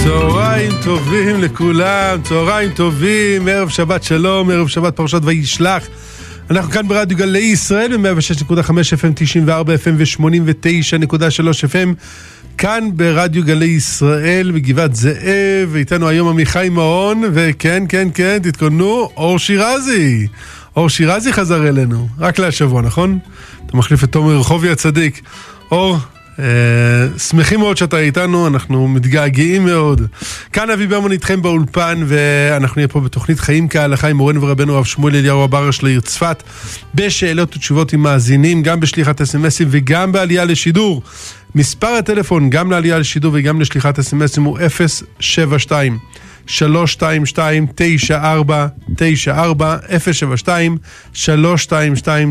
צהריים טובים לכולם, צהריים טובים, ערב שבת שלום, ערב שבת פרשת וישלח. אנחנו כאן ברדיו גלי ישראל, ב-106.5 FM, 94 FM ו-89.3 FM, כאן ברדיו גלי ישראל, בגבעת זאב, ואיתנו היום עמיחי מעון, וכן, כן, כן, תתכוננו, אור שירזי. אור שירזי חזר אלינו, רק להשבוע, נכון? אתה מחליף את תומר רחובי הצדיק. אור, שמחים מאוד שאתה איתנו, אנחנו מתגעגעים מאוד. כאן אבי ברמן איתכם באולפן, ואנחנו נהיה פה בתוכנית חיים כהלכה עם מורנו ורבנו הרב שמואל אליהו הברש לעיר צפת, בשאלות ותשובות עם מאזינים, גם בשליחת אס-אם-אסים וגם בעלייה לשידור. מספר הטלפון גם לעלייה לשידור וגם לשליחת אס-אם-אסים הוא 072 322 9494 072 322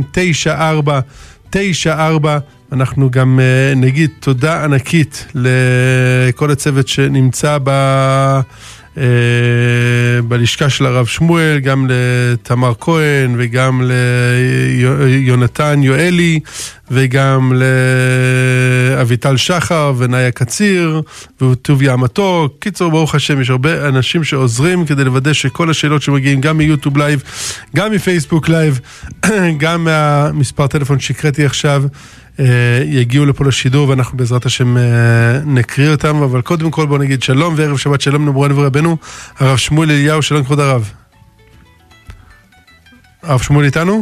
9494. אנחנו גם נגיד תודה ענקית לכל הצוות שנמצא בלשכה של הרב שמואל, גם לתמר כהן וגם ליונתן יואלי וגם לאביטל שחר ונאיה קציר וטוביה המתוק. קיצור, ברוך השם, יש הרבה אנשים שעוזרים כדי לוודא שכל השאלות שמגיעים גם מיוטיוב לייב, גם מפייסבוק לייב, גם מהמספר טלפון שהקראתי עכשיו, יגיעו לפה לשידור, ואנחנו בעזרת השם נקריא אותם. אבל קודם כל בוא נגיד שלום וערב שבת שלום למורנו ורבנו הרב שמואל אליהו. שלום כבוד הרב. הרב שמואל איתנו?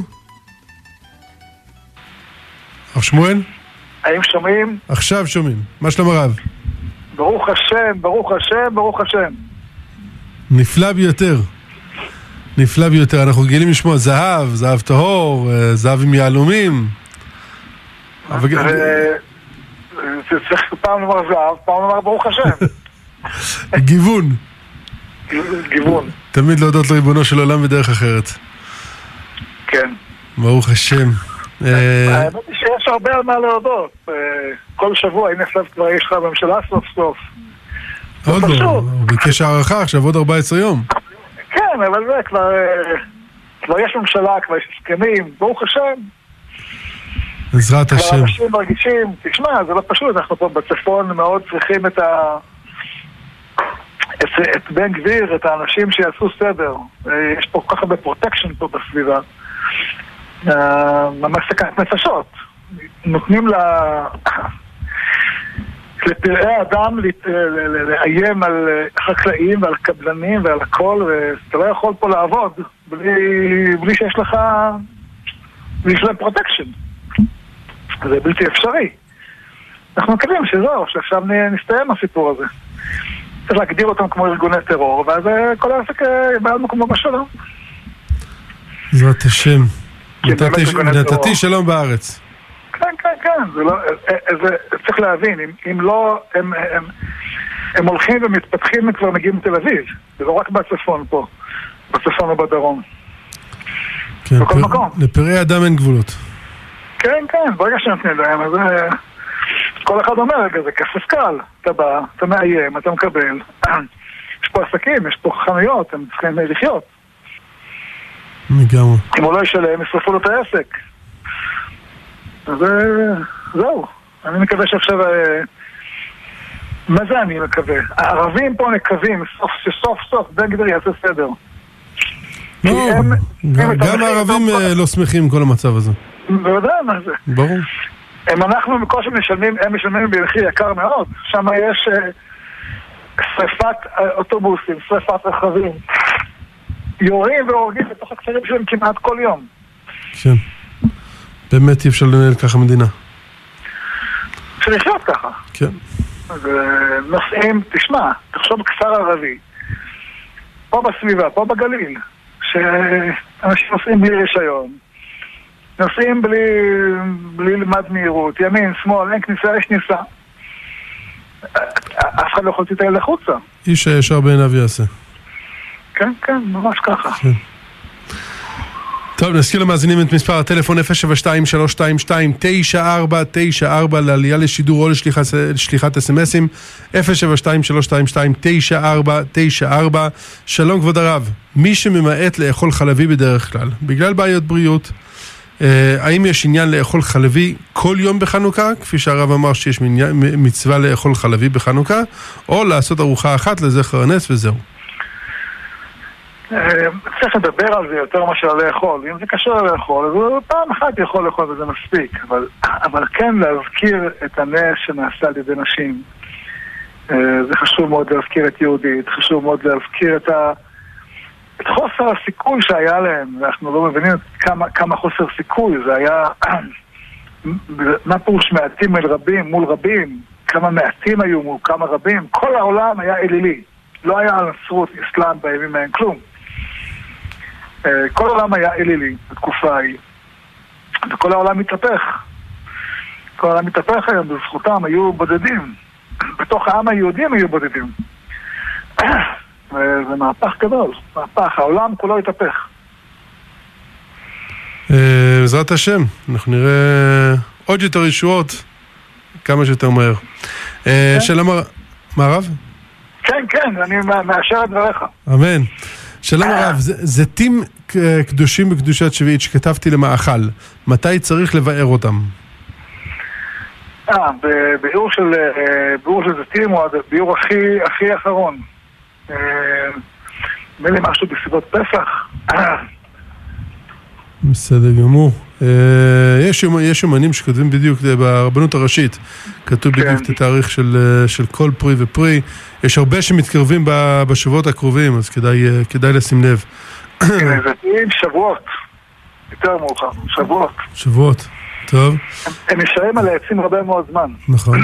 הרב שמואל? האם שומעים? עכשיו שומעים. מה שלום הרב? ברוך השם, ברוך השם, ברוך השם. נפלא ביותר. נפלא ביותר. אנחנו רגילים לשמוע זהב, זהב טהור, זהב עם יהלומים. צריך פעם לומר זהב, פעם לומר ברוך השם. גיוון. גיוון. תמיד להודות לריבונו של עולם בדרך אחרת. כן. ברוך השם. האמת היא שיש הרבה על מה להודות. כל שבוע, הנה עכשיו כבר יש לך בממשלה סוף סוף. עוד לא, הוא ביקש הערכה עכשיו עוד 14 יום. כן, אבל זה כבר יש ממשלה, כבר יש הסכמים, ברוך השם. בעזרת השם. אנשים מרגישים, תשמע, זה לא פשוט, אנחנו פה בצפון מאוד צריכים את בן גביר, את האנשים שיעשו סדר. יש פה כל כך הרבה פרוטקשן פה בסביבה. ממש סכנת נפשות. נותנים לפראי אדם לאיים על חקלאים ועל קבלנים ועל הכל, ואתה לא יכול פה לעבוד בלי שיש לך פרוטקשן. זה בלתי אפשרי. אנחנו מקווים שזהו, שעכשיו נסתיים הסיפור הזה. צריך להגדיר אותם כמו ארגוני טרור, ואז כל העסק בעד מקומו בשלום. זאת השם. נתתי שלום בארץ. כן, כן, כן. צריך להבין, אם לא, הם הולכים ומתפתחים, הם כבר מגיעים לתל אביב. זה לא רק בצפון פה. בצפון ובדרום. כן, בכל מקום. לפראי אדם אין גבולות. כן, כן, ברגע שנתנים להם, אז כל אחד אומר, זה כסף קל, אתה בא, אתה מאיים, אתה מקבל, יש פה עסקים, יש פה חנויות, הם צריכים לחיות. לגמרי. אם הוא לא ישלם, ישרפו לו את העסק. אז זהו, אני מקווה שעכשיו, מה זה אני מקווה? הערבים פה מקווים, שסוף סוף בן גביר יעשה סדר. לא, גם הערבים לא שמחים כל המצב הזה. בוודאי מה זה. ברור. אנחנו בקושי משלמים, הם משלמים במחיר יקר מאוד. שם יש שריפת אוטובוסים, שריפת רכבים. יורים והורגים בתוך הכפרים שלהם כמעט כל יום. כן. באמת אי אפשר לנהל ככה מדינה. אפשר לחיות ככה. כן. אז נוסעים, תשמע, תחשוב בכפר ערבי. פה בסביבה, פה בגליל. שאנשים נוסעים בלי רישיון. נוסעים בלי למד מהירות, ימין, שמאל, אין כניסה, יש כניסה. אף אחד לא יכול לצאת לחוצה. איש הישר בעיניו יעשה. כן, כן, ממש ככה. כן. טוב, נזכיר למאזינים את מספר הטלפון 072-322-9494 לעלייה לשידור או לשליחת אס-אם-אסים 072-322-9494. שלום כבוד הרב, מי שממעט לאכול חלבי בדרך כלל, בגלל בעיות בריאות, האם יש עניין לאכול חלבי כל יום בחנוכה, כפי שהרב אמר שיש מצווה לאכול חלבי בחנוכה, או לעשות ארוחה אחת לזכר הנס וזהו? צריך לדבר על זה יותר מאשר לאכול. אם זה קשה לאכול, אז פעם אחת יכול לאכול וזה מספיק. אבל כן להזכיר את הנס שנעשה על ידי נשים. זה חשוב מאוד להזכיר את יהודית, חשוב מאוד להזכיר את חוסר הסיכוי שהיה להם. אנחנו לא מבינים כמה חוסר סיכוי. זה היה, מה פירוש מעטים אל רבים מול רבים? כמה מעטים היו מול כמה רבים? כל העולם היה אלילי. לא היה נצרות, אסלאם בימים ההם, כלום. כל העולם היה אלילי בתקופה ההיא. וכל העולם מתהפך. כל העולם מתהפך היום, בזכותם היו בודדים. בתוך העם היהודים היו בודדים. זה מהפך גדול. מהפך, העולם כולו התהפך. בעזרת השם, אנחנו נראה עוד יותר ישועות כמה שיותר מהר. שלום הרב? כן, אני מאשר את דבריך. אמן. שלום הרב, זיתים קדושים בקדושת שביעית שכתבתי למאכל, מתי צריך לבאר אותם? ביאור של זיתים הוא הביאור הכי אחרון. מילא משהו בסביבות פסח. בסדר גמור. יש יומנים שכותבים בדיוק ברבנות הראשית, כתוב בדיוק את התאריך של כל פרי ופרי. יש הרבה שמתקרבים בשבועות הקרובים, אז כדאי לשים לב. זיתים שבועות, יותר מאוחר, שבועות, טוב. הם נשארים על העצים הרבה מאוד זמן. נכון.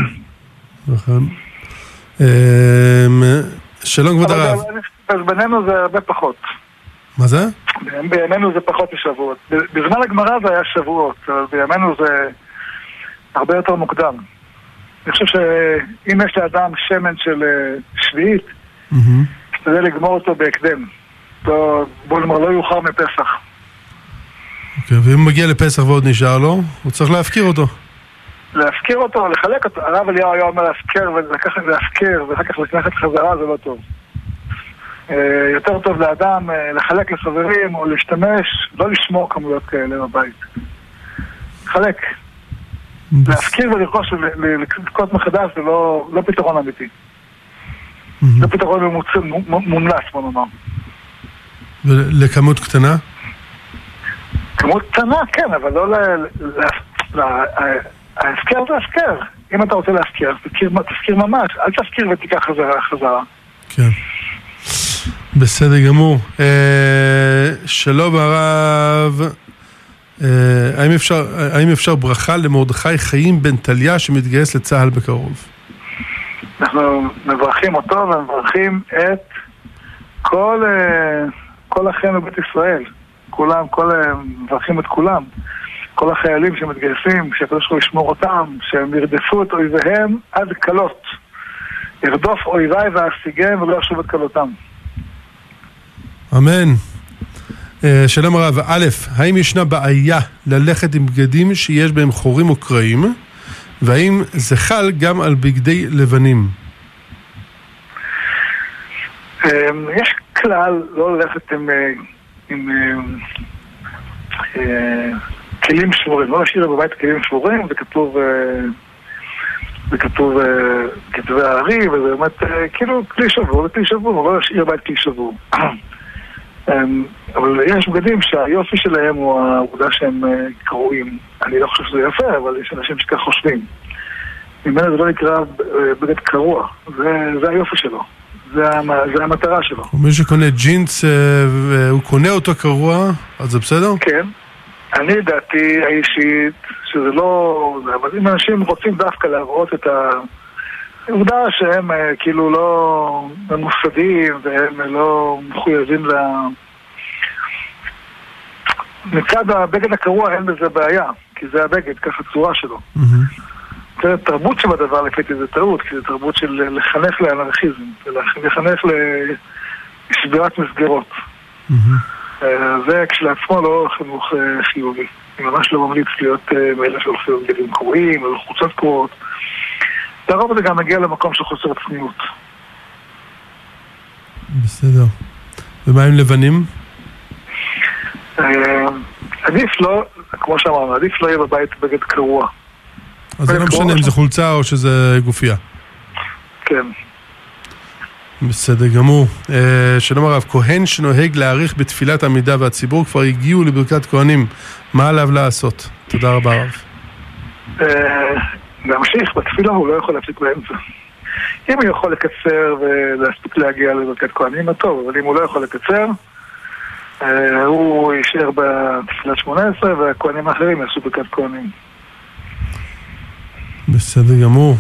שלום כבוד הרב. אז בינינו זה הרבה פחות. מה זה? בימינו זה פחות משבועות. בזמן הגמרא זה היה שבועות, אבל בימינו זה הרבה יותר מוקדם. אני חושב שאם יש לאדם שמן של שביעית, תשתדל לגמור אותו בהקדם. בוא נאמר, לא יאוחר מפסח. אוקיי, ואם הוא מגיע לפסח ועוד נשאר לו, הוא צריך להפקיר אותו. להפקיר אותו, לחלק אותו. הרב אליהו היה אומר להפקיר ולקחת להפקיר ואחר כך לקחת חזרה, זה לא טוב. יותר טוב לאדם לחלק לחברים או להשתמש, לא לשמור כמויות כאלה בבית. לחלק. להפקיר ולרכוש ולקנות מחדש זה לא פתרון אמיתי. זה פתרון מומלץ, בוא נאמר. ולכמות קטנה? כמות קטנה, כן, אבל לא ההפקר זה הפקר. אם אתה רוצה להפקיר, תפקיר ממש. אל תפקיר ותיקח חזרה. כן. בסדר גמור. שלום הרב, האם אפשר ברכה למרדכי חיים בן טליה שמתגייס לצהל בקרוב? אנחנו מברכים אותו ומברכים את כל אחינו בית ישראל. כולם, מברכים את כולם. כל החיילים שמתגייסים, שהקדוש ברוך הוא ישמור אותם, שהם ירדפו את אויביהם עד כלות. ירדוף אויביי ואשיגם ולא ישוב את כלותם. אמן. שלום הרב, א', האם ישנה בעיה ללכת עם בגדים שיש בהם חורים או קרעים, והאם זה חל גם על בגדי לבנים? יש כלל לא ללכת עם כלים שבורים, לא להשאיר בבית כלים שבורים, וכתוב כתבי הארי, וזה באמת כאילו כלי שבור, וכלי שבור, לא להשאיר בבית כלי שבור. אבל יש בגדים שהיופי שלהם הוא העובדה שהם קרועים. אני לא חושב שזה יפה, אבל יש אנשים שכך חושבים. ממנו זה לא נקרא בגד קרוע, זה היופי שלו. זה המטרה שלו. ומי שקונה ג'ינס והוא קונה אותו קרוע, אז זה בסדר? כן. אני דעתי האישית שזה לא... אבל אם אנשים רוצים דווקא להראות את העובדה שהם כאילו לא ממוסדים והם לא מחויבים מצד הבגד הקרוע אין בזה בעיה, כי זה הבגד, ככה צורה שלו. זה תרבות שבדבר לפי זה טעות, כי זה תרבות של לחנך לאנרכיזם, לחנך לשבירת מסגרות. זה כשלעצמו לא חינוך חיובי. אני ממש לא ממליץ להיות מאלה שהולכים בגדים קרועים או חוצות קרועות. לרוב זה גם מגיע למקום של חוסר צניעות. בסדר. ומה עם לבנים? עדיף כמו שאמרנו, עדיף לא יהיה בבית בגד קרוע. אז זה לא משנה אם זה חולצה או שזה גופייה. כן. בסדר גמור. שלום הרב, כהן שנוהג להאריך בתפילת עמידה והציבור כבר הגיעו לברכת כהנים, מה עליו לעשות? תודה רבה הרב. להמשיך בתפילה הוא לא יכול להפסיק באמצע. אם הוא יכול לקצר ולהספיק להגיע לברכת כהנים, טוב, אבל אם הוא לא יכול לקצר, הוא יישאר בתפילת 18 והכהנים האחרים יעשו ברכת כהנים. בסדר גמור.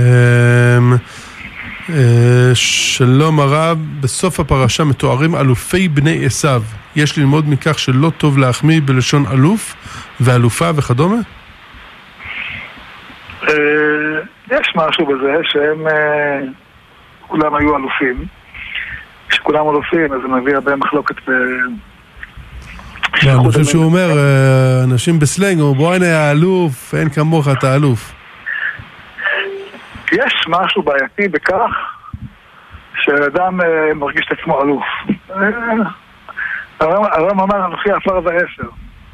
שלום הרב, בסוף הפרשה מתוארים אלופי בני עשיו. יש ללמוד מכך שלא טוב להחמיא בלשון אלוף ואלופה וכדומה? יש משהו בזה שהם כולם היו אלופים. כשכולם אלופים אז זה מביא הרבה מחלוקת אני חושב שהוא אומר, אנשים בסלנג, בוא הנה האלוף, אין כמוך אתה אלוף. יש משהו בעייתי בכך שאדם מרגיש את עצמו אלוף. הרב אמר אנוכי עפר ועשר.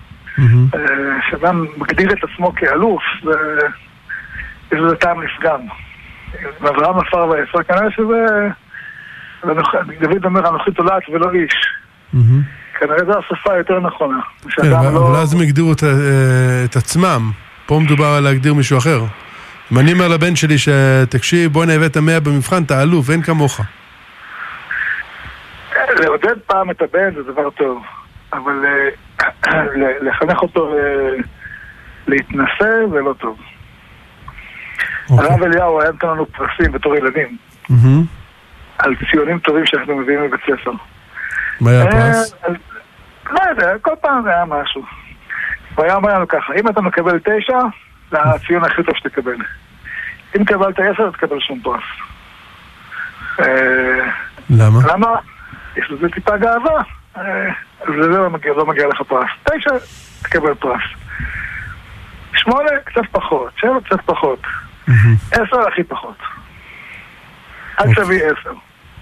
שאדם מגדיר את עצמו כאלוף, יש לזה טעם לפגם. ואברהם עפר ועשר, כנראה שזה... דוד אומר אנוכי תולעת ולא איש. כנראה זו השפה יותר נכונה. אבל אז הם הגדירו את עצמם. פה מדובר על להגדיר מישהו אחר. אם אני אומר לבן שלי שתקשיב, בוא נהבאת 100 במבחן, אתה אלוף, אין כמוך. לעודד פעם את הבן זה דבר טוב, אבל לחנך אותו להתנסה זה לא טוב. הרב אליהו היה נתן לנו פרסים בתור ילדים על ציונים טובים שאנחנו מביאים מבית ספר. מה היה הפרס? לא יודע, כל פעם זה היה משהו. הוא היה אומר לנו ככה, אם אתה מקבל 9, זה הציון הכי טוב שתקבל. אם קבלת 10, תקבל שום פרס. למה? למה? יש לזה טיפה גאווה. זה לא מגיע לך פרס. 9, תקבל פרס. 8, קצת פחות. 7, קצת פחות. 10, הכי פחות. עד תביא 10.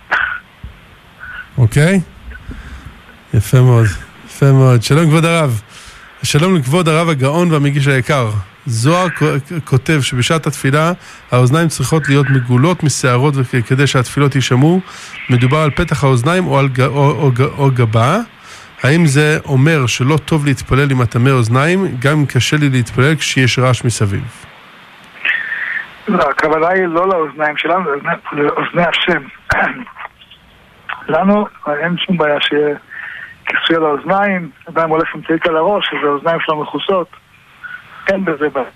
אוקיי. יפה מאוד. יפה מאוד. שלום כבוד הרב. שלום לכבוד הרב הגאון והמגיש היקר. זוהר כותב שבשעת התפילה האוזניים צריכות להיות מגולות משערות כדי שהתפילות יישמעו. מדובר על פתח האוזניים או גבה. האם זה אומר שלא טוב להתפלל עם אטמי אוזניים, גם אם קשה לי להתפלל כשיש רעש מסביב? לא, הכוונה היא לא לאוזניים שלנו, לאוזני השם. לנו אין שום בעיה שיהיה כיסוי על האוזניים, אדם הולך עם צעיק על הראש, אז האוזניים שלנו מכוסות. אין בזה בעיה.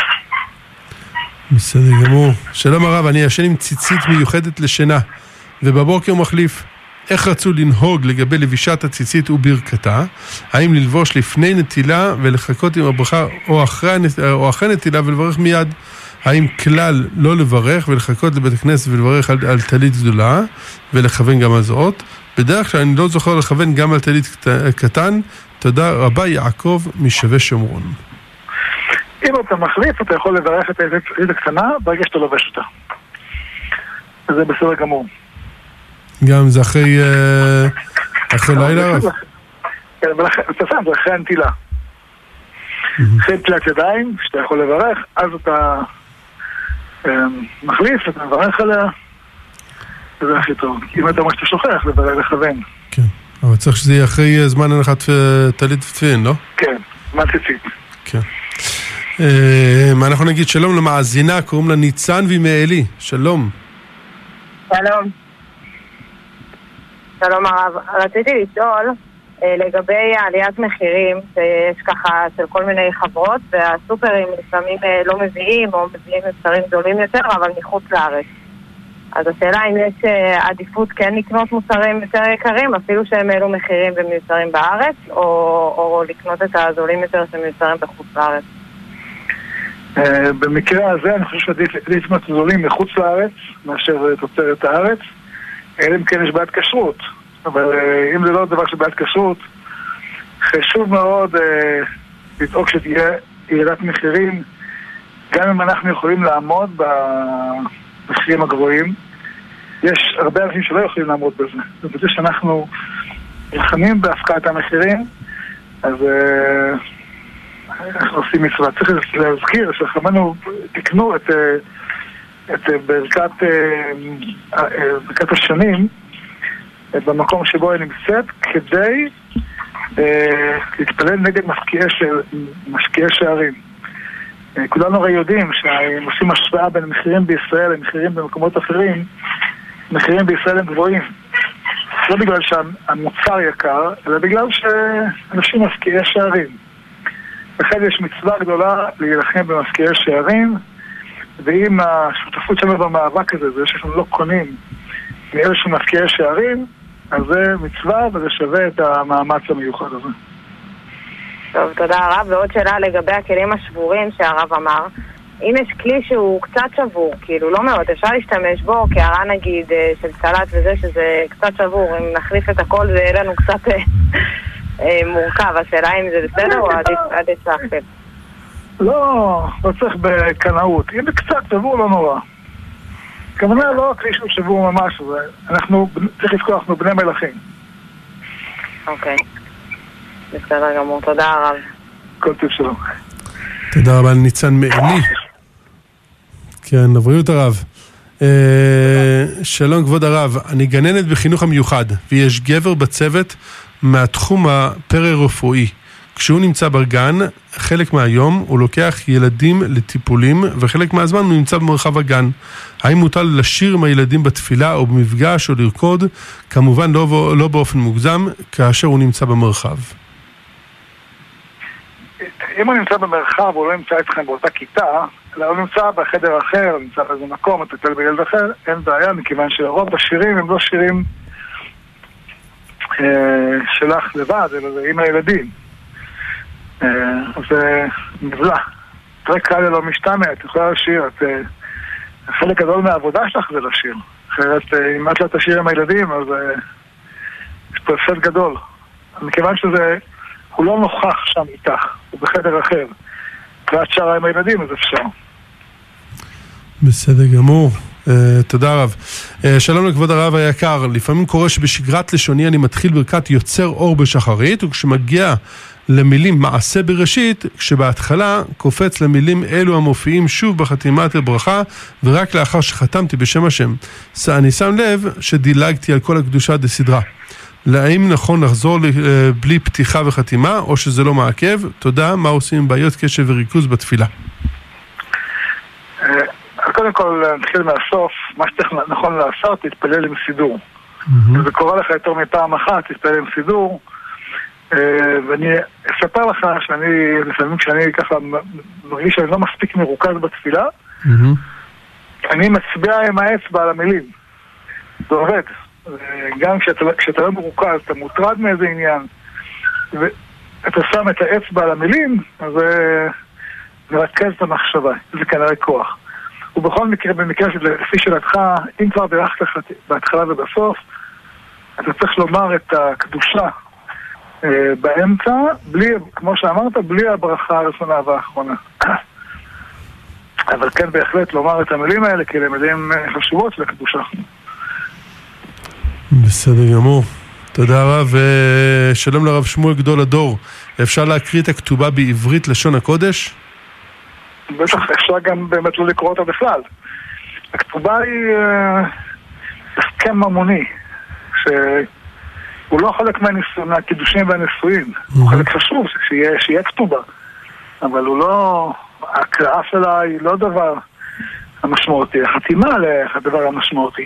בסדר גמור. שלום הרב, אני ישן עם ציצית מיוחדת לשינה, ובבוקר מחליף. איך רצו לנהוג לגבי לבישת הציצית וברכתה? האם ללבוש לפני נטילה ולחכות עם הברכה, או אחרי נטילה ולברך מיד? האם כלל לא לברך ולחכות לבית הכנסת ולברך על טלית גדולה ולכוון גם על זאת? בדרך כלל אני לא זוכר לכוון גם על טלית קטן. תודה רבה יעקב משווה שומרון. אם אתה מחליף, אתה יכול לברך את הטלית הקטנה ברגע שאתה לובש אותה. זה בסדר גמור. גם זה אחרי לילה רב? כן, אבל זה אחרי הנטילה. אחרי נטילת ידיים, שאתה יכול לברך, אז אתה מחליף, אתה מברך עליה, וזה הכי טוב. אם אתה מה שאתה שוכח, זה לכוון. כן, אבל צריך שזה יהיה אחרי זמן הנחת טלית ותפילין, לא? כן, זמן ציצית. כן. אנחנו נגיד שלום למאזינה, קוראים לה ניצן ומעלי. שלום. שלום. שלום הרב. רציתי לשאול לגבי עליית מחירים שיש ככה של כל מיני חברות, והסופרים לפעמים לא מביאים או מביאים מוצרים גדולים יותר אבל מחוץ לארץ. אז השאלה אם יש עדיפות כן לקנות מוצרים יותר יקרים אפילו שהם אלו מחירים ומיוצרים בארץ, או לקנות את הזולים יותר שמיוצרים בחוץ לארץ. במקרה הזה אני חושב שעדיף לקנות זולים מחוץ לארץ מאשר תוצרת הארץ, אלא אם כן יש בעיית כשרות. אבל אם זה לא דבר שבעיית כשרות, חשוב מאוד לדאוג שתהיה ירידת מחירים, גם אם אנחנו יכולים לעמוד במחירים הגבוהים. יש הרבה אנשים שלא יכולים לעמוד בזה. ובזה שאנחנו נלחמים בהפקעת המחירים, אז אנחנו עושים מצווה. צריך להזכיר שחכמינו תקנו את ברכת השנים במקום שבו היא נמצאת כדי להתפלל נגד משקיעי שערים. כולנו הרי יודעים שהם עושים השוואה בין מחירים בישראל למחירים במקומות אחרים. מחירים בישראל הם גבוהים, לא בגלל שהמוצר יקר, אלא בגלל שאנשים משקיעי שערים. לכן יש מצווה גדולה להילחם במשקיעי שערים, ואם השותפות שלנו במאבק הזה, זה שאנחנו לא קונים מאלה שמשקיעי שערים, אז זה מצווה וזה שווה את המאמץ המיוחד הזה. טוב, תודה הרב. ועוד שאלה לגבי הכלים השבורים שהרב אמר. אם יש כלי שהוא קצת שבור, כאילו לא מאוד, אפשר להשתמש בו כהערה נגיד של סלט וזה שזה קצת שבור, אם נחליף את הכל זה יהיה לנו קצת מורכב. השאלה אם זה בסדר או עדיף להחליף? לא צריך בקנאות. אם זה קצת שבור לא נורא. כמובן לא הכלי שהוא שבור ממש, אנחנו צריך לזכור, אנחנו בני מלכים. אוקיי. בסדר גמור, תודה הרב. כל טוב שלום. תודה רבה לניצן מעלי. כן, לבריאות הרב. שלום כבוד הרב, אני גננת בחינוך המיוחד, ויש גבר בצוות מהתחום הפרה-רפואי. כשהוא נמצא בגן, חלק מהיום הוא לוקח ילדים לטיפולים, וחלק מהזמן הוא נמצא במרחב הגן. האם מותר לשיר עם הילדים בתפילה או במפגש או לרקוד? כמובן לא באופן מוגזם, כאשר הוא נמצא במרחב. אם הוא נמצא במרחב, הוא לא נמצא אתכם באותה כיתה, אלא הוא נמצא בחדר אחר, הוא נמצא באיזה מקום, מטפל בילד אחר, אין בעיה, מכיוון שרוב השירים הם לא שירים שלך לבד, אלא זה עם הילדים. אז זה נבלע. תראה קהל לא משתמע, את יכולה לשיר, חלק גדול מהעבודה שלך זה לשיר. אחרת, אם את לא תשיר עם הילדים, אז יש פה הפסד גדול. מכיוון שזה, הוא לא נוכח שם איתך, הוא בחדר אחר. ואת שרה עם הילדים, אז אפשר. בסדר גמור. תודה רב. שלום לכבוד הרב היקר. לפעמים קורה שבשגרת לשוני אני מתחיל ברכת יוצר אור בשחרית, וכשמגיע למילים מעשה בראשית, כשבהתחלה קופץ למילים אלו המופיעים שוב בחתימת הברכה, ורק לאחר שחתמתי בשם השם. אני שם לב שדילגתי על כל הקדושה דסדרה. האם נכון לחזור בלי פתיחה וחתימה, או שזה לא מעכב? תודה. מה עושים עם בעיות קשב וריכוז בתפילה? קודם כל, נתחיל מהסוף. מה שצריך נכון לעשות, תתפלל עם סידור. זה קורה לך יותר מפעם אחת, תתפלל עם סידור. ואני אספר לך שאני, לפעמים כשאני ככה מרגיש שאני לא מספיק מרוכז בתפילה, אני מצביע עם האצבע על המילים. זה עובד. גם כשאתה לא מרוכז, אתה מוטרד מאיזה עניין, ואתה שם את האצבע על המילים, אז זה מרכז את המחשבה. זה כנראה כוח. ובכל מקרה, במקרה לפי שאלתך, אם כבר בירכת בהתחלה ובסוף, אתה צריך לומר את הקדושה באמצע, בלי, כמו שאמרת, בלי הברכה הראשונה והאחרונה. אבל כן בהחלט לומר את המילים האלה, כי אלה מילים חשובות לקדושה. בסדר גמור. תודה רב. שלום לרב שמואל גדול הדור. אפשר להקריא את הכתובה בעברית לשון הקודש? בטח, אפשר גם באמת לא לקרוא אותה בכלל. הכתובה היא הסכם ממוני, שהוא לא חלק מהקידושים והנישואים. הוא חלק חשוב שיהיה כתובה, אבל הוא לא, ההקראה שלה היא לא דבר המשמעותי, החתימה עליה הדבר המשמעותי.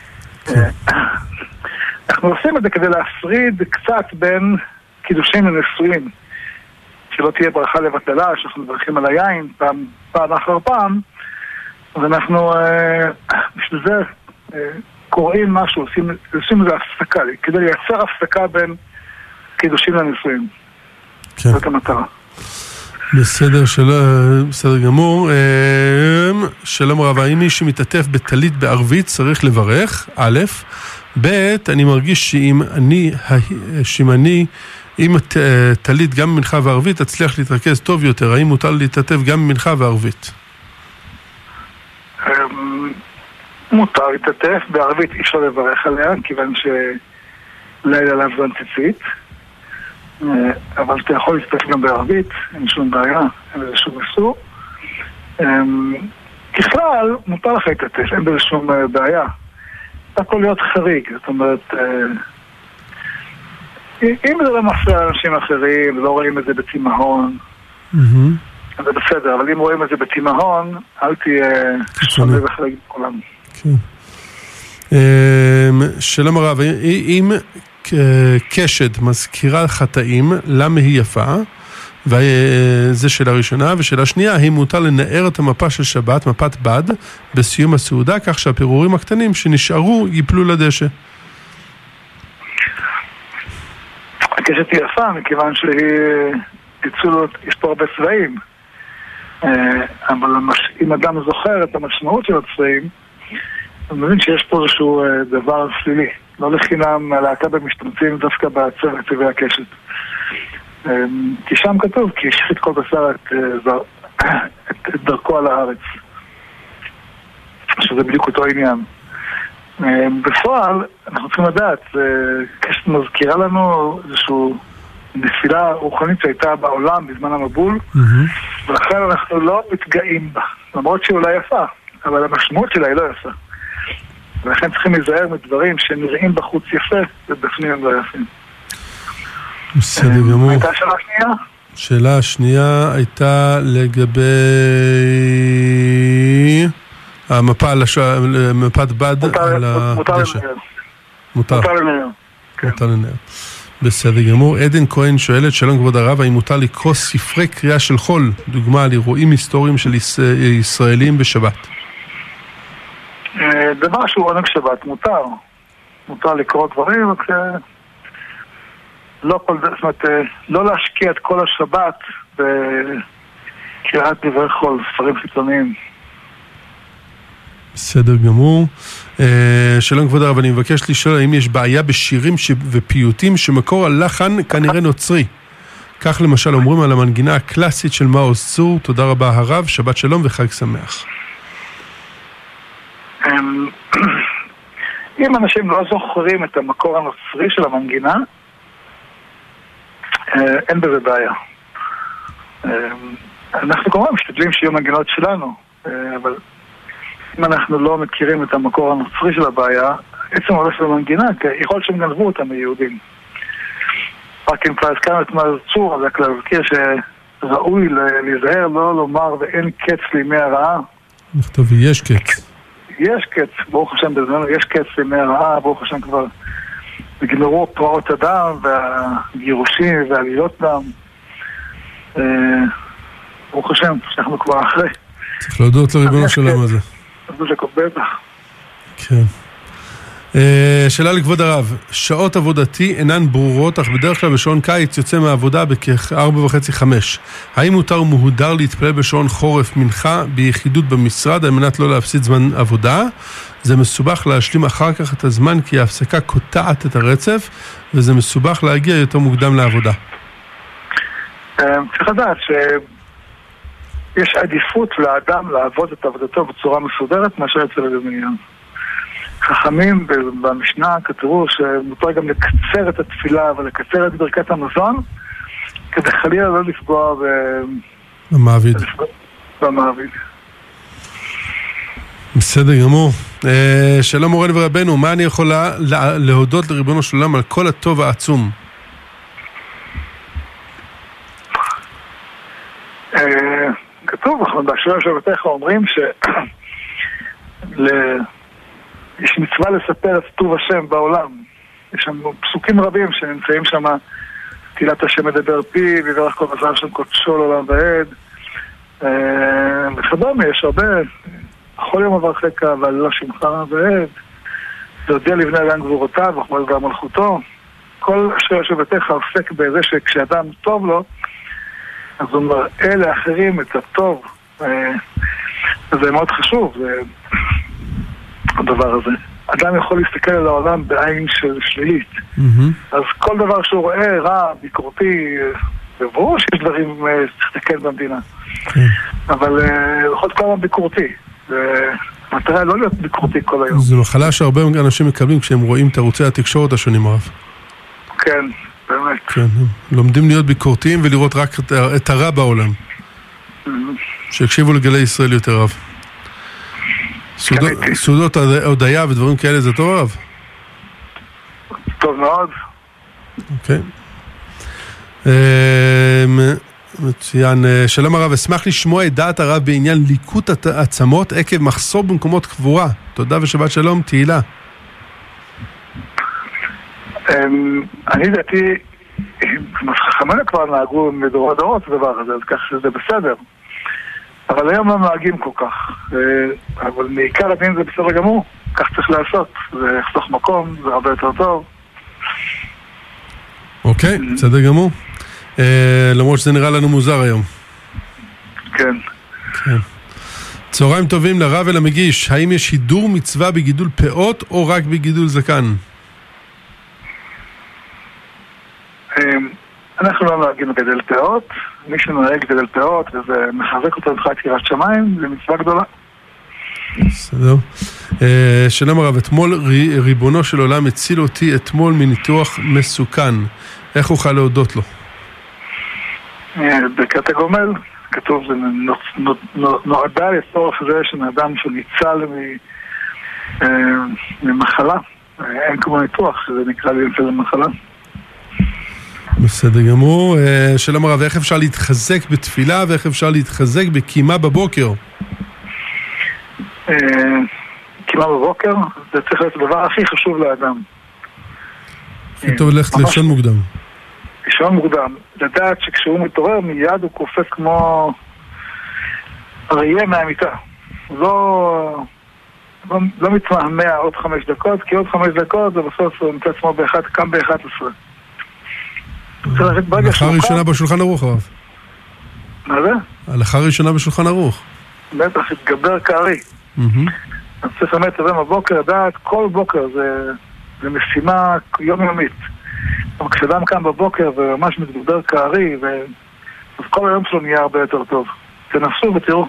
אנחנו עושים את זה כדי להפריד קצת בין קידושים לנישואים, שלא תהיה ברכה לבטלה, שאנחנו מברכים על היין פעם אחר פעם, אז אנחנו בשביל זה קוראים משהו, עושים איזה הפסקה, כדי לייצר הפסקה בין קידושים לנישואים. כן. זאת המטרה. בסדר גמור. שלום רב, האם מי שמתעטף בטלית בערבית צריך לברך? א', ב', אני מרגיש שאם טלית גם במנחה וערבית תצליח להתרכז טוב יותר. האם מותר להתעטף גם במנחה וערבית? מותר להתעטף, בערבית אי אפשר לברך עליה, כיוון שלילה עליו זו ציצית. אבל אתה יכול להסתכל גם בערבית, אין שום בעיה, אין בזה שום איסור. ככלל, מותר לך להתעטף, אין בזה שום בעיה. אתה יכול להיות חריג, זאת אומרת, אם זה לא מפריע לאנשים אחרים, לא רואים את זה בתימהון, אז זה בסדר, אבל אם רואים את זה בתימהון, אל תהיה שונה וחריג בכולם. שלום הרב, אם קשת מזכירה חטאים, למה היא יפה? וזה שאלה ראשונה. ושאלה שנייה, האם מותר לנער את המפה של שבת, מפת בד, בסיום הסעודה, כך שהפירורים הקטנים שנשארו ייפלו לדשא? הקשת היא יפה, מכיוון יש פה הרבה צבעים. אבל אם אדם זוכר את המשמעות של הצבעים, אני מבין שיש פה איזשהו דבר שלילי. לא לחינם הלהקה במשתמצים דווקא בצבעי הקשת. כי שם כתוב, כי השחית כל בשר את דרכו על הארץ. שזה בדיוק אותו עניין. בפועל, אנחנו צריכים לדעת, קשת מזכירה לנו איזשהו נפילה רוחנית שהייתה בעולם בזמן המבול, ולכן אנחנו לא מתגאים בה, למרות שהיא אולי יפה, אבל המשמעות שלה היא לא יפה. ולכן צריכים להיזהר מדברים שנראים בחוץ יפה, ובפנים הם לא יפים. בסדר גמור. הייתה שאלה שנייה? שאלה השנייה הייתה לגבי המפה על מפת בד על הדשא. מותר לנער. מותר לנער. בסדר גמור. עדן כהן שואלת, שלום כבוד הרב, האם מותר לקרוא ספרי קריאה של חול, דוגמה על אירועים היסטוריים של ישראלים בשבת? דבר שהוא עונג שבת, מותר לקרוא דברים, לא להשקיע את כל השבת בקריאת דברי חול, ספרים חיצוניים. בסדר גמור. שלום כבוד הרב, אני מבקש לשאול האם יש בעיה בשירים ופיוטים שמקור הלחן כנראה נוצרי. כך למשל אומרים על המנגינה הקלאסית של מעוז צור. תודה רבה הרב, שבת שלום וחג שמח. אם אנשים לא זוכרים את המקור הנוצרי של המנגינה, אין בזה בעיה. אנחנו כמובן משתדלים שיהיו מנגינות שלנו, אבל אם אנחנו לא מכירים את המקור הנוצרי של הבעיה, עצם הולך למנגינה, יכול שהם גנבו אותם מיהודים. רק אם כבר הזכרנו את מעוז צור, אז רק להזכיר שראוי להיזהר, לא לומר ואין קץ לימי הרעה. נכתוב יש קץ. יש קץ, ברוך השם בזמנו, יש קץ לימי הרעה, ברוך השם כבר נגמרו פרעות הדם והגירושים והעלילות דם. ברוך השם, שאנחנו כבר אחרי. צריך להודות לריבונו של עולם הזה. זה שקוף בטח. כן. שאלה לכבוד הרב, שעות עבודתי אינן ברורות, אך בדרך כלל בשעון קיץ יוצא מהעבודה בכ-4:30-5. האם מותר ומהודר להתפלל בשעון חורף מנחה ביחידות במשרד על מנת לא להפסיד זמן עבודה? זה מסובך להשלים אחר כך את הזמן כי ההפסקה קוטעת את הרצף, וזה מסובך להגיע יותר מוקדם לעבודה. צריך לדעת שיש עדיפות לאדם לעבוד את עבודתו בצורה מסודרת מאשר אצל המניין. חכמים במשנה כתבו שמותר גם לקצר את התפילה ולקצר את ברכת המזון כדי חלילה לא לפגוע במעביד. בסדר גמור. שלום מורנו ורבנו, מה אני יכולה להודות לריבונו של עולם על כל הטוב העצום? כתוב, בשורה שבתך אומרים יש מצווה לספר את טוב השם בעולם. יש שם פסוקים רבים שנמצאים שם, תהילת השם מדבר פי, ויברך כל בשר שם קודשו לעולם ועד. וכדומה, יש הרבה, כל יום אברכך ועל שמך ועד. להודיע לבני אדם גבורותיו, וכבוד דבר מלכותו. כל אשר שבתך עוסק בזה שכשאדם טוב לו, אז הוא מראה לאחרים את הטוב. זה מאוד חשוב, הדבר הזה. אדם יכול להסתכל על העולם בעין של שלילית. אז כל דבר שהוא רואה רע, ביקורתי, וברור שיש דברים שצריך לתקן במדינה. אבל יכול להיות כל הזמן ביקורתי. המטרה לא להיות ביקורתי כל היום. זו מחלה שהרבה אנשים מקבלים כשהם רואים את ערוצי התקשורת השונים הרב. כן, באמת. כן, לומדים להיות ביקורתיים ולראות רק את הרע בעולם. שיקשיבו לגלי ישראל יותר רב. סעודות הודיה ודברים כאלה זה טוב רב? טוב מאוד. אוקיי. מצוין. שלום הרב, אשמח לשמוע את דעת הרב בעניין ליקוט עצמות עקב מחסור במקומות קבורה. תודה ושבת שלום, תהילה. אני דעתי, חכמינו כבר נהגו מדורי דורות הדבר הזה, אז כך שזה בסדר. אבל היום לא נוהגים כל כך. אבל מעיקר הדין זה בסדר גמור, כך צריך לעשות. זה יחסוך מקום, זה הרבה יותר טוב. אוקיי, בסדר גמור. למרות שזה נראה לנו מוזר היום. כן. צהריים טובים לרב ולמגיש. האם יש הידור מצווה בגידול פאות או רק בגידול זקן? אנחנו לא נוהגים לגדל פאות. מי שנוהג לגדל פאות וזה מחזק אותו מבחינת יראת שמיים, זה מצווה גדולה. בסדר. שלום הרב, אתמול ריבונו של עולם הציל אותי אתמול מניתוח מסוכן. איך אוכל להודות לו? בקטע גומל כתוב, זה נועדה לצורך זה שנאדם שניצל ממחלה. אין כמו ניתוח, שזה נקרא להינצל למחלה. בסדר גמור. שלום הרב, איך אפשר להתחזק בתפילה ואיך אפשר להתחזק בקימה בבוקר? קימה בבוקר זה צריך להיות הדבר הכי חשוב לאדם. הכי טוב ללכת לישון מוקדם. לישון מוקדם. לדעת שכשהוא מתעורר מיד הוא קופץ כמו אריה מהמיטה. לא מתמהמה עוד 5 דקות, כי עוד 5 דקות זה בסוף הוא נמצא עצמו קם ב-11. הלכה ראשונה בשולחן ערוך הרב. מה זה? הלכה ראשונה בשולחן ערוך. בטח, התגבר קערי. אז צריך באמת לזה בבוקר, לדעת, כל בוקר זה משימה יומיומית. אבל כשאדם קם בבוקר וממש מתגבר קערי, אז כל היום שלו נהיה הרבה יותר טוב. תנסו ותראו.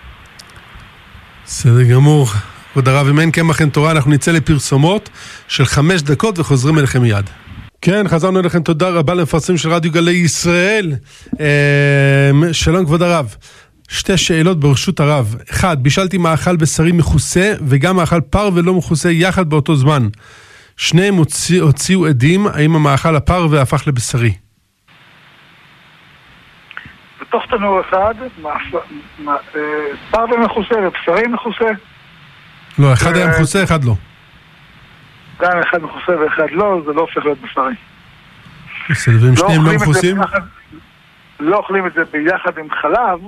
בסדר גמור. כבוד הרב, אם אין קמח אין תורה, אנחנו נצא לפרסומות של 5 דקות וחוזרים אליכם מיד. כן, חזרנו אליכם, תודה רבה למפרסמים של רדיו גלי ישראל. שלום כבוד הרב, 2 שאלות ברשות הרב. 1, בישלתי מאכל בשרי מכוסה וגם מאכל פר ולא מכוסה יחד באותו זמן. שניהם הוציאו עדים, האם המאכל הפר והפך לבשרי? בתוך תנור אחד, פר ומכוסה ובשרי מכוסה? לא, אחד היה מכוסה, אחד לא. גם אחד מכוסה ואחד לא, זה לא הופך להיות בשרי. בסדר, ואם שניהם לא מכוסים? לא אוכלים את זה ביחד עם חלב,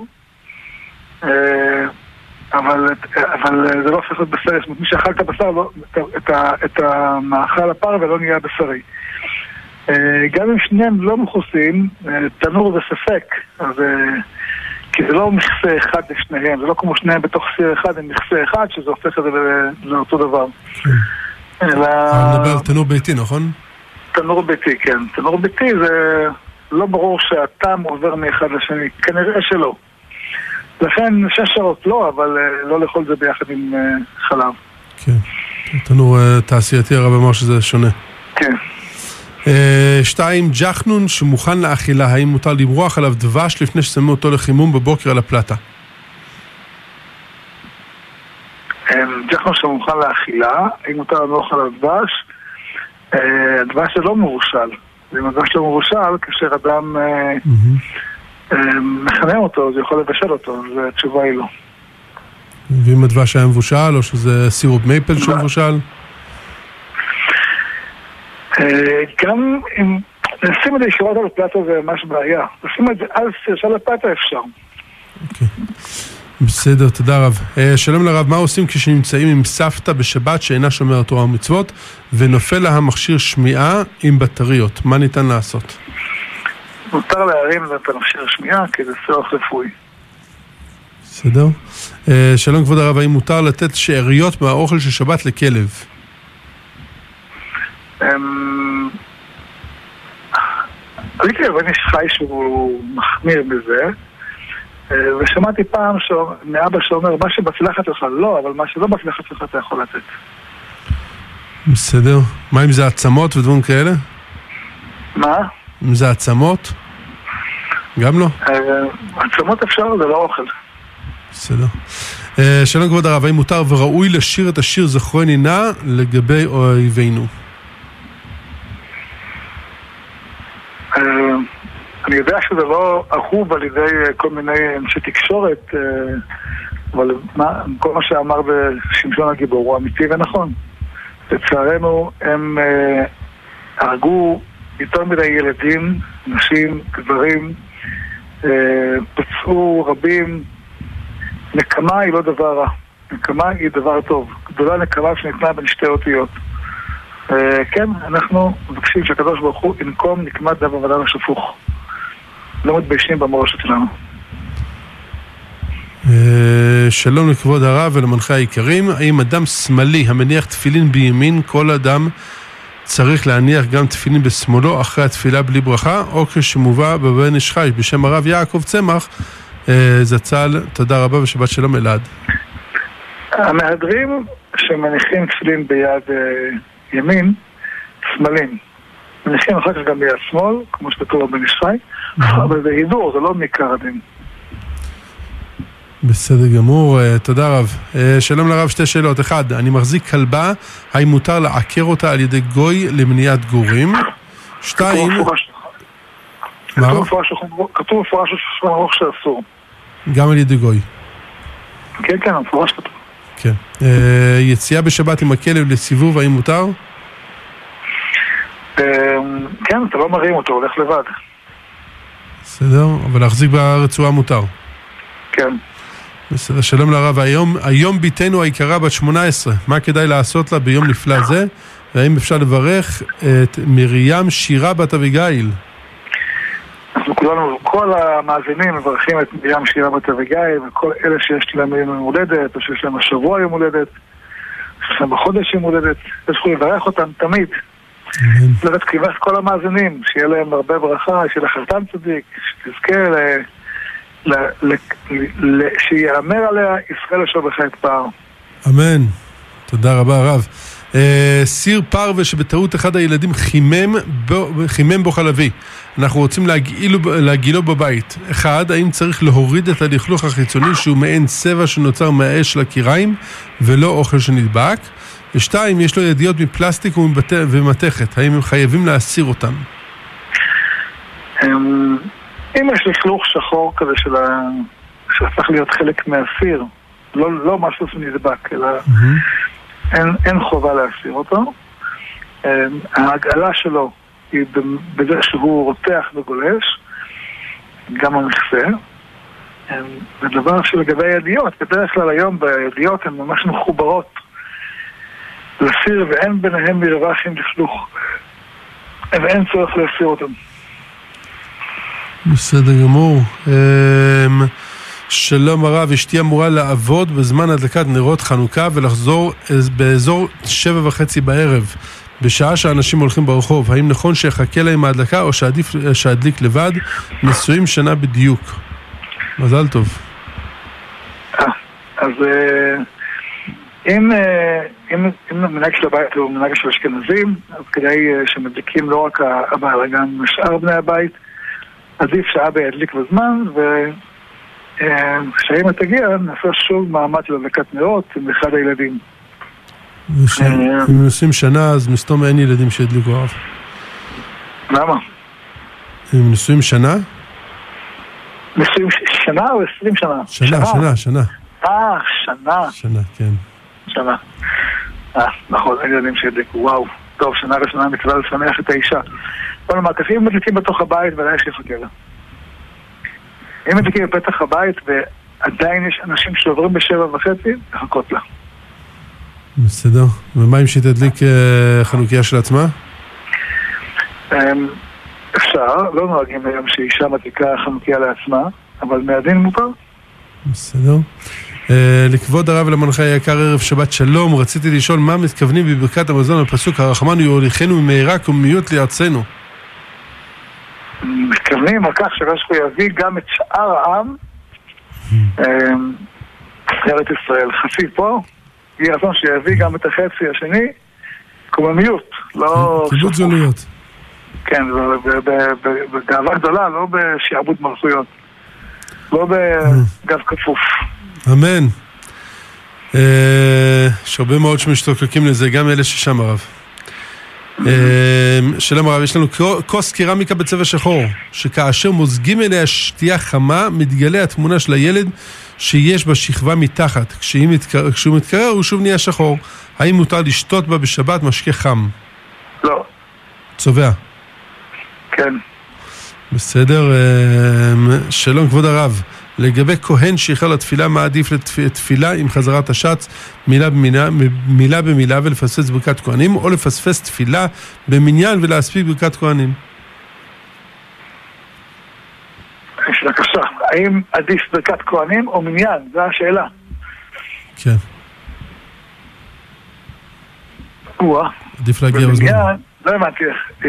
אבל זה לא הופך להיות בשרי. זאת אומרת, מי שאכל את הבשר, את המאכל הפר ולא נהיה בשרי. גם אם שניהם לא מכוסים, תנור זה ספק, כי זה לא מכסה אחד לשניהם, זה לא כמו שניהם בתוך סיר אחד, עם מכסה אחד, שזה הופך את זה לאותו דבר. נדבר על תנור ביתי, נכון? תנור ביתי, כן. תנור ביתי זה לא ברור שהטעם עובר מאחד לשני, כנראה שלא. לכן 6 שעות לא, אבל לא לאכול זה ביחד עם חלב. כן, תנור תעשייתי הרב אמר שזה שונה. כן. 2, ג'חנון שמוכן לאכילה, האם מותר למרוח עליו דבש לפני ששמו אותו לחימום בבוקר על הפלטה? ג'חנון שמוכן לאכילה, האם מותר למרוח עליו דבש? הדבש זה לא מבושל. ואם הדבש לא מבושל, כאשר אדם מכנה אותו, אז יכול לבשל אותו, אז התשובה היא לא. ואם הדבש היה מבושל, או שזה סירופ מייפל שהוא מבושל? גם אם נשים את זה ישירות על הפלטה זה ממש בעיה. נשים את זה על סיר הפלטה אפשר. אוקיי. בסדר, תודה רב. שלום לרב, מה עושים כשנמצאים עם סבתא בשבת שאינה שומרת תורה ומצוות ונופל לה המכשיר שמיעה עם בטריות? מה ניתן לעשות? מותר להרים את המכשיר שמיעה כי זה צורך רפואי. בסדר. שלום כבוד הרב, האם מותר לתת שאריות מהאוכל של שבת לכלב? הייתי לבן איש חי שהוא מחמיר בזה, ושמעתי פעם מאבא שאומר, מה שבצלחת שלך לא, אבל מה שלא בצלחת שלך אתה יכול לתת. בסדר. מה אם זה עצמות ודברים כאלה? מה? אם זה עצמות? גם לא? עצמות אפשר, זה לא אוכל. בסדר. שלום כבוד הרב, האם מותר וראוי לשיר את השיר זכרני נא לגבי אויבינו? אני יודע שזה לא אהוב על ידי כל מיני אנשי תקשורת, אבל כל מה שאמר בשמשון הגיבור הוא אמיתי ונכון. לצערנו הם הרגו יותר מדי ילדים, נשים, גברים, פצעו רבים. נקמה היא לא דבר רע, נקמה היא דבר טוב. גדולה נקמה שניתנה בין שתי אותיות. כן, אנחנו מבקשים שהקדוש ברוך הוא ינקום נקמת דם ודם השפוך. לא מתביישים במורשת שלנו. שלום לכבוד הרב ולמנחה העיקרים. האם אדם שמאלי המניח תפילין בימין, כל אדם צריך להניח גם תפילין בשמאלו אחרי התפילה בלי ברכה, או כשמובא בבן איש חי בשם הרב יעקב צמח זצ"ל? תודה רבה ושבת שלום. אלעד. המהדרים שמניחים תפילין ביד ימין, שמאלים, מניחים אחר כך גם ביד שמאל, כמו שכתוב בבן איש חי, אבל זה הידור, זה לא מעיקר הדין. בסדר גמור, תודה רב. שלום לרב, שתי שאלות. אחד, אני מחזיק כלבה, האם מותר לעקר אותה על ידי גוי למניעת גורים? שתיים, כתוב מפורש ששולחן ערוך שאסור. גם על ידי גוי? כן, כן, מפורש כתוב. כן. יציאה בשבת עם הכלב לסיבוב, האם מותר? כן, אתה לא מרים אותו, הולך לבד. בסדר, אבל להחזיק ברצועה מותר. כן. בסדר, שלום לרב. היום ביתנו היקרה בת 18, מה כדאי לעשות לה ביום נפלא זה? והאם אפשר לברך את מרים שירה בת אביגיל? אנחנו כולנו, כל המאזינים מברכים את מרים שירה בת אביגיל, וכל אלה שיש להם יום הולדת, או שיש להם השבוע יום הולדת, שיש להם בחודש יום הולדת, יש יכולים לברך אותם תמיד. לבית כיבס כל המאזינים, שיהיה להם הרבה ברכה, שיהיה לחלטן צדיק, שתזכה שיאמר עליה ישראל אשר בחיית פר. אמן. תודה רבה הרב. סיר פרווה שבטעות אחד הילדים חימם בו חלבי, אנחנו רוצים להגילו בבית. אחד, האם צריך להוריד את הלכלוך החיצוני שהוא מעין צבע שנוצר מהאש של הקיריים ולא אוכל שנדבק? ושתיים, יש לו ידיות מפלסטיק ומתכת, האם הם חייבים להסיר אותם? אם יש לכלוך שחור כזה שצריך להיות חלק מהסיר, לא משהו שנדבק, אלא אין חובה להסיר אותו. ההגעלה שלו היא בזה שהוא רותח וגולש, גם המכסה. ודבר שלגבי הידיות, בדרך כלל היום בידיות הן ממש מחוברות לסיר, ואין ביניהם מרווח עם לכלוך, ואין צורך להסיר אותם. בסדר גמור. שלום הרב, אשתי אמורה לעבוד בזמן הדלקת נרות חנוכה ולחזור באזור 7:30 בערב, בשעה שאנשים הולכים ברחוב. האם נכון שיחכה להם ההדלקה או שעדיף שאדליק לבד? נשואים שנה בדיוק. מזל טוב. אז אם מנהג של הבית הוא מנהג של אשכנזים, אז כדאי שמדליקים לא רק הבעל, גם שאר בני הבית. עדיף שאבא ידליק בזמן, וכשאמא תגיע נעשה שוב מעמד של הדלקת נרות עם אחד הילדים. אם נוסעים שנה, אז מסתום אין ילדים שידליקו הרב. למה? אם נוסעים שנה? נוסעים שנה או 20 שנה? שנה. שנה. שנה, כן. שנה. נכון, אין ילדים שידליקו, וואו. טוב, שנה ראשונה מצווה לשמח את האישה. כל המעקפים מדליקים בתוך הבית ועדיין שיחכה לה. אם מדליקים בפתח הבית ועדיין יש אנשים שעוברים ב7:30, לחכות לה. בסדר. ומה אם שתדליק חנוכיה של עצמה? אפשר, לא נוהגים היום שאישה מדליקה חנוכיה לעצמה, אבל מהדין מותר. בסדר. לכבוד הרב ולמנחה היקר, ערב שבת שלום. רציתי לשאול מה מתכוונים בברכת המזון בפסוק הרחמנו יוליכנו ממהרה קוממיות לארצנו. מתכוונים על כך שהקדוש ברוך הוא יביא גם את שאר העם לארץ ישראל. חצי פה, יהיה רצון שיביא גם את החצי השני, קוממיות, לא קיבוץ גלויות. כן, בגאווה גדולה, לא בשעבוד מלכויות. לא בגב כפוף. אמן. יש הרבה מאוד שמשתוקקים לזה, גם אלה ששם הרב. שלום הרב, יש לנו כוס קרמיקה בצבע שחור, שכאשר מוזגים אליה שתייה חמה, מתגלה התמונה של הילד שיש בה שכבה מתחת. כשהוא מתקרר הוא שוב נהיה שחור. האם מותר לשתות בה בשבת משקה חם? לא. צובע. כן. בסדר. שלום כבוד הרב, לגבי כהן שאיחר לתפילה, מה עדיף לתפילה עם חזרת השץ מילה במילה ולפספס ברכת כהנים, או לפספס תפילה במניין ולהספיק ברכת כהנים? יש בקשה, האם עדיף ברכת כהנים או מניין? זו השאלה. כן. עדיף להגיע בזמן. לא הבנתי איך.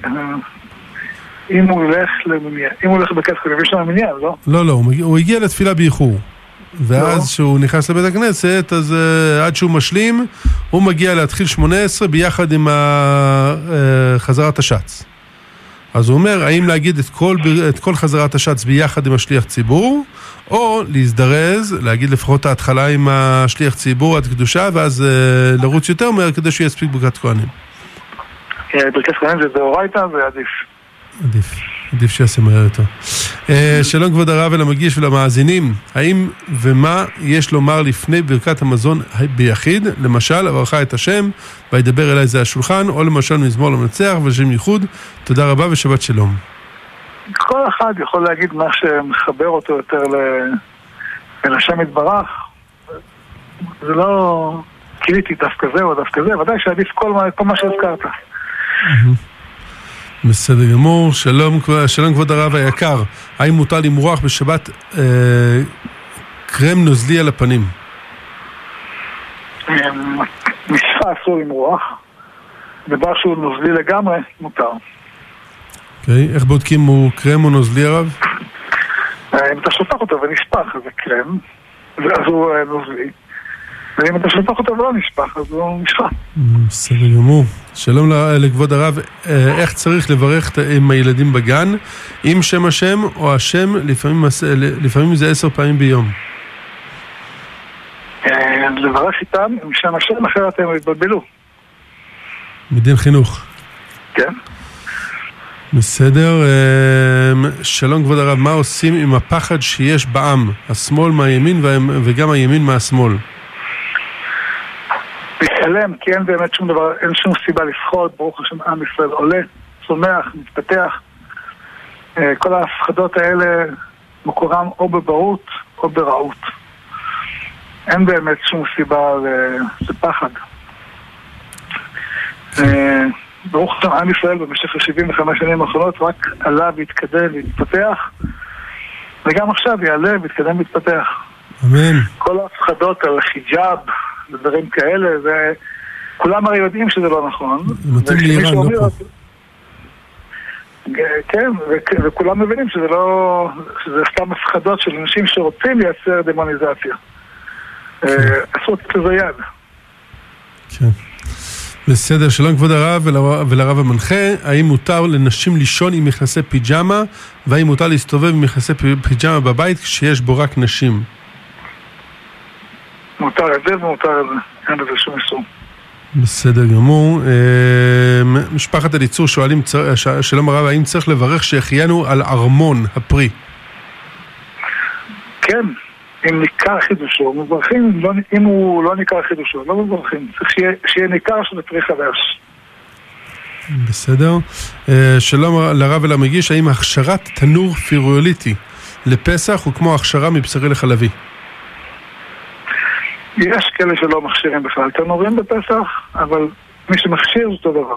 אם הוא ילך למניין, אם הוא הולך ברכת כהנים, יש לו מניין, לא? לא, הוא הגיע לתפילה באיחור. ואז שהוא נכנס לבית הכנסת, אז עד שהוא משלים, הוא מגיע להתחיל 18 ביחד עם חזרת השץ. אז הוא אומר, האם להגיד את כל חזרת השץ ביחד עם השליח ציבור, או להזדרז, להגיד לפחות ההתחלה עם השליח ציבור עד קדושה, ואז לרוץ יותר מהר כדי שהוא יספיק ברכת כהנים. ברכת כהנים זה דאורייתא, זה עדיף שיעשה מהר יותר. שלום כבוד הרב ולמגיש ולמאזינים, האם ומה יש לומר לפני ברכת המזון ביחיד, למשל, אברכה את השם, וידבר אליי זה השולחן, או למשל מזמור למנצח ולשם ייחוד. תודה רבה ושבת שלום. כל אחד יכול להגיד מה שמחבר אותו יותר אל השם יתברך. זה לא קריטי דווקא זה או דווקא זה, ודאי שעדיף כל מה שהזכרת. בסדר גמור. שלום כבוד הרב היקר, האם מותר למרוח בשבת קרם נוזלי על הפנים? משחה אסור למרוח, דבר שהוא נוזלי לגמרי מותר. אוקיי, איך בודקים הוא קרם או נוזלי הרב? אם אתה שופך אותו ונשפך אז זה קרם, אז הוא נוזלי, ואם אתה שופך אותו ולא נשפך אז הוא משחה. בסדר גמור. שלום לכבוד הרב, איך צריך לברך עם הילדים בגן, עם שם השם או השם, לפעמים זה 10 פעמים ביום? לברך איתם עם שם השם, אחרת הם יתבלבלו. מדין חינוך. כן. בסדר. שלום כבוד הרב, מה עושים עם הפחד שיש בעם, השמאל מהימין וגם הימין מהשמאל? להתעלם, כי אין באמת שום דבר, אין שום סיבה לפחוד. ברוך השם עם ישראל עולה, צומח, מתפתח. כל ההפחדות האלה מקורם או בברות או ברעות. אין באמת שום סיבה לפחד. ברוך השם עם ישראל במשך 75 שנים האחרונות רק עלה והתקדם והתפתח, וגם עכשיו יעלה והתקדם והתפתח. אמן. כל ההפחדות על חיג'אב ודברים כאלה, כולם הרי יודעים שזה לא נכון. מתאים לאיראן, לא פה. כן, וכולם מבינים שזה לא, שזה סתם הפחדות של אנשים שרוצים לייצר דמוניזציה. עשו את זה יד. כן. בסדר, שלום כבוד הרב ולרב המנחה, האם מותר לנשים לישון עם מכנסי פיג'מה, והאם מותר להסתובב עם מכנסי פיג'מה בבית כשיש בו רק נשים? מותר את זה ומותר את זה, אין לזה שום איסור. בסדר גמור. משפחת אליצור שואלים, שלום הרב, האם צריך לברך שהחיינו על ארמון הפרי? כן, אם ניכר חידושו, מברכים, אם הוא לא ניכר חידושו, לא מברכים, צריך שיהיה ניכר של פרי חדש. בסדר. שלום לרב ולמגיש, האם הכשרת תנור פירוליטי לפסח הוא כמו הכשרה מבשרי לחלבי? יש כאלה שלא מכשירים בכלל תנורים בפסח, אבל מי שמכשיר זה אותו דבר.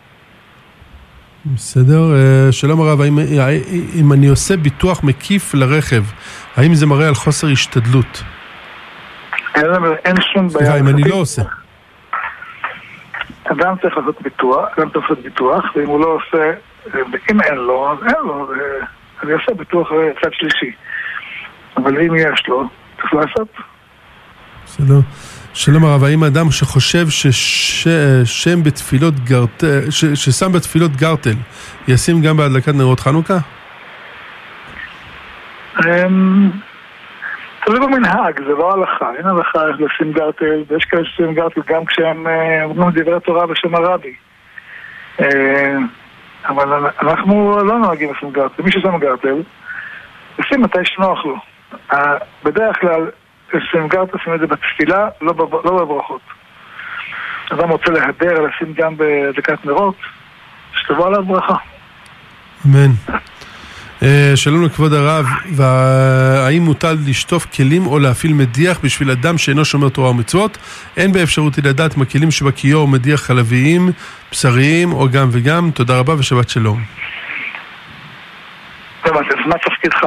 בסדר. שלום הרב, אם אני עושה ביטוח מקיף לרכב, האם זה מראה על חוסר השתדלות? אין שום בעיה. סליחה, אם אני לא עושה. אדם צריך לעשות ביטוח, ואם הוא לא עושה, ואם אין לו, אז אין לו, אני עושה ביטוח צד שלישי. אבל אם יש לו, צריך לעשות. בסדר. שלום הרב, האם אדם שחושב ששם בתפילות ששם בתפילות גרטל, ישים גם בהדלקת נרות חנוכה? תלוי במנהג, זה לא הלכה, אין הלכה לשים גרטל, ויש כאלה ששים גרטל גם כשהם אומרים דברי תורה בשם הרבי. אבל אנחנו לא נוהגים לשים גרטל, מי ששם גרטל, לשים מתי שנוח לו. בדרך כלל, לשים גרטל, לשים את זה בתפילה, לא בברכות. אדם רוצה להדר, לשים גם בהדלקת נרות, שתבוא עליו ברכה. אמן. שלום לכבוד הרב, והאם מוטל לשטוף כלים או להפעיל מדיח בשביל אדם שאינו שומר תורה ומצוות? אין באפשרותי לדעת מה כלים שבכיור מדיח חלביים, בשריים או גם וגם. תודה רבה ושבת שלום. טוב, אז מה תפקידך?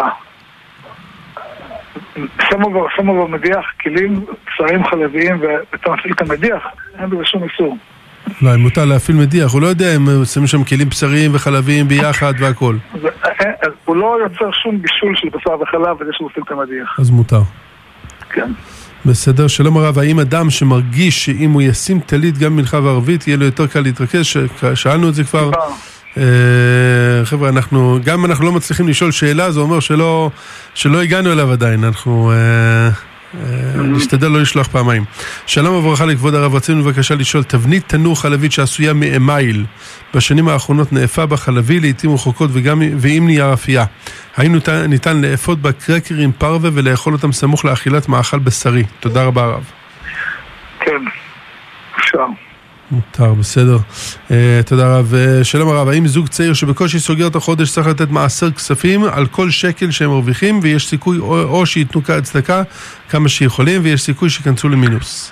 שמו במדיח כלים, בשריים חלביים ואתה מפעיל את המדיח? אין בזה שום איסור. לא, אם מותר להפעיל מדיח, הוא לא יודע אם שמים שם כלים בשריים וחלביים ביחד והכל. הוא לא יוצר שום בישול של בשר וחלב וזה שהוא עושה את המדיח. אז מותר. כן. בסדר, שלום הרב, האם אדם שמרגיש שאם הוא ישים טלית גם מנחה וערבית, יהיה לו יותר קל להתרכז? שאלנו את זה כבר. חבר'ה, אנחנו לא מצליחים לשאול שאלה, זה אומר שלא הגענו אליו עדיין, אנחנו נשתדל לא לשלוח פעמיים. שלום וברכה לכבוד הרב, רצינו בבקשה לשאול, תבנית תנור חלבית שעשויה מאמייל בשנים האחרונות נאפה בחלבי לעתים רחוקות ואם נייר אפייה, האם ניתן לאפות בקרקר עם פרווה ולאכול אותם סמוך לאכילת מאכל בשרי? תודה רבה הרב. כן, אפשר. מותר, בסדר. תודה רב. שלום הרב, האם זוג צעיר שבקושי סוגר את החודש צריך לתת מעשר כספים על כל שקל שהם מרוויחים, ויש סיכוי או שיתנו הצדקה כמה שיכולים, ויש סיכוי שיכנסו למינוס?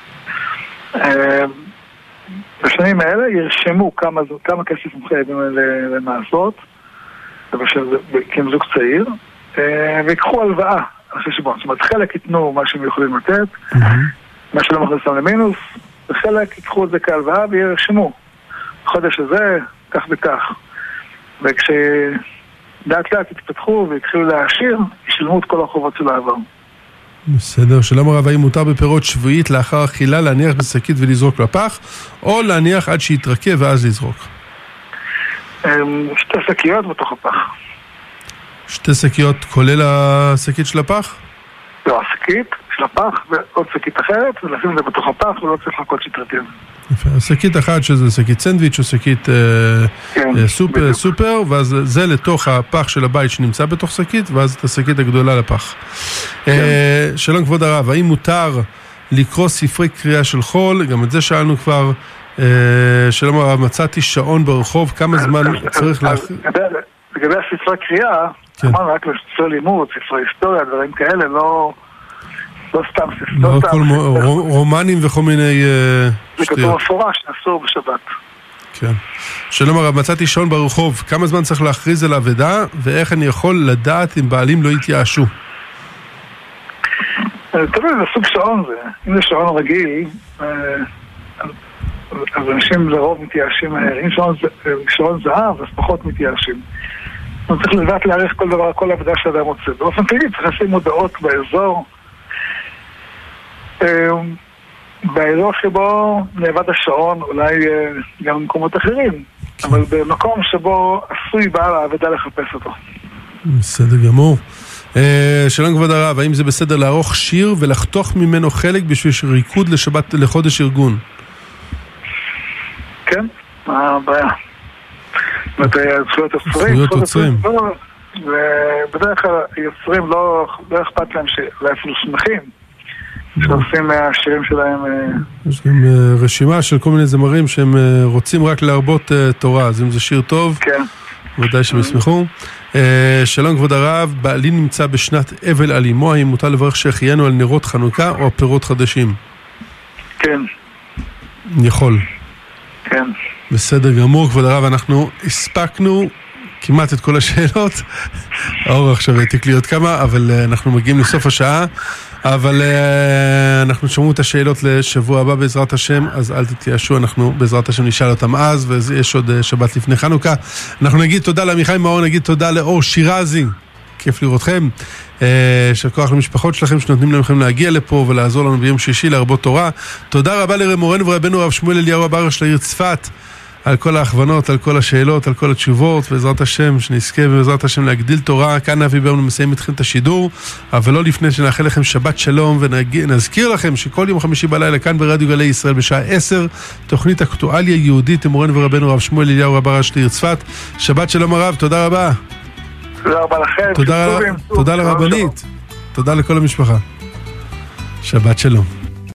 בשנים האלה ירשמו כמה כסף הם חייבים למעשות, כי הם זוג צעיר, ויקחו הלוואה על חשבון. זאת אומרת, חלק ייתנו מה שהם יכולים לתת, מה שלא מכניסם למינוס, וחלק ייקחו את זה כהלוואה וירשמו חודש הזה, כך וכך. וכשדעת לאט יתפתחו והתחילו להעשיר, ישלמו את כל החובות של העבר. בסדר, שלום הרב, האם מותר בפירות שבועית לאחר אכילה להניח בשקית ולזרוק לפח, או להניח עד שיתרקב ואז לזרוק? שתי שקיות בתוך הפח. שתי שקיות כולל השקית של הפח? לא, השקית של הפח ועוד שקית אחרת, ולשים את זה בתוך הפח ולא צריך לחכות שיתרקב. שקית אחת שזה שקית סנדוויץ' או שקית סופר, ואז זה לתוך הפח של הבית שנמצא בתוך שקית, ואז את השקית הגדולה לפח. שלום כבוד הרב, האם מותר לקרוא ספרי קריאה של חול? גם את זה שאלנו כבר. שלום הרב, מצאתי שעון ברחוב, כמה זמן צריך לגבי הספרי קריאה, אמרנו רק לספרי לימוד, ספרי היסטוריה, דברים כאלה, לא סתם ספרי. לא כל רומנים וכל מיני זה כתוב מפורש, אסור בשבת. כן. שלום הרב, מצאתי שעון ברחוב, כמה זמן צריך להכריז על אבדה, ואיך אני יכול לדעת אם בעלים לא יתייאשו? תראו, זה סוג שעון זה. אם זה שעון רגיל, אז אנשים לרוב מתייאשים מהר. אם שעון זהב, אז פחות מתייאשים. אז צריך לדעת להעריך כל דבר, כל עבודה שאדם רוצה. באופן כללי צריך לשים מודעות באזור, באזור שבו נאבד השעון, אולי גם במקומות אחרים, אבל במקום שבו עשוי בעל העבודה לחפש אותו. בסדר גמור. שלום כבוד הרב, האם זה בסדר לערוך שיר ולחתוך ממנו חלק בשביל ריקוד לשבת לחודש ארגון? כן, מה הבעיה? זכויות יוצרים. ובדרך כלל יוצרים לא אכפת להם שאפילו שמחים שעושים מהשירים שלהם. יש גם רשימה של כל מיני זמרים שהם רוצים רק להרבות תורה, אז אם זה שיר טוב, ודאי שהם ישמחו. שלום כבוד הרב, בעלי נמצא בשנת אבל על אמו, האם מותר לברך שהחיינו על נרות חנוכה או פירות חדשים? כן. יכול. כן. בסדר גמור כבוד הרב, אנחנו הספקנו כמעט את כל השאלות. האור עכשיו העתיק לי עוד כמה, אבל אנחנו מגיעים לסוף השעה. אבל אנחנו שמעו את השאלות לשבוע הבא בעזרת השם, אז אל תתייאשו, אנחנו בעזרת השם נשאל אותם אז, ויש עוד שבת לפני חנוכה. אנחנו נגיד תודה לעמיחי מאור, נגיד תודה לאור שירזי, כיף לראותכם. יישר כוח למשפחות שלכם שנותנים לכם להגיע לפה ולעזור לנו ביום שישי להרבות תורה. תודה רבה למורנו ורבנו הרב שמואל אליהו הבר של העיר צפת, על כל ההכוונות, על כל השאלות, על כל התשובות, בעזרת השם, שנזכה בעזרת השם להגדיל תורה. כאן אבי ברמן מסיים אתכם את השידור, אבל לא לפני שנאחל לכם שבת שלום, ונזכיר לכם שכל יום חמישי בלילה כאן ברדיו גלי ישראל בשעה 10, תוכנית אקטואליה יהודית עם מורנו ורבנו הרב שמואל אליהו הבר של העיר צפת. שבת שלום הרב, תודה רבה. תודה רבה לכם. תודה לרבנית, תודה לכל המשפחה. שבת שלום.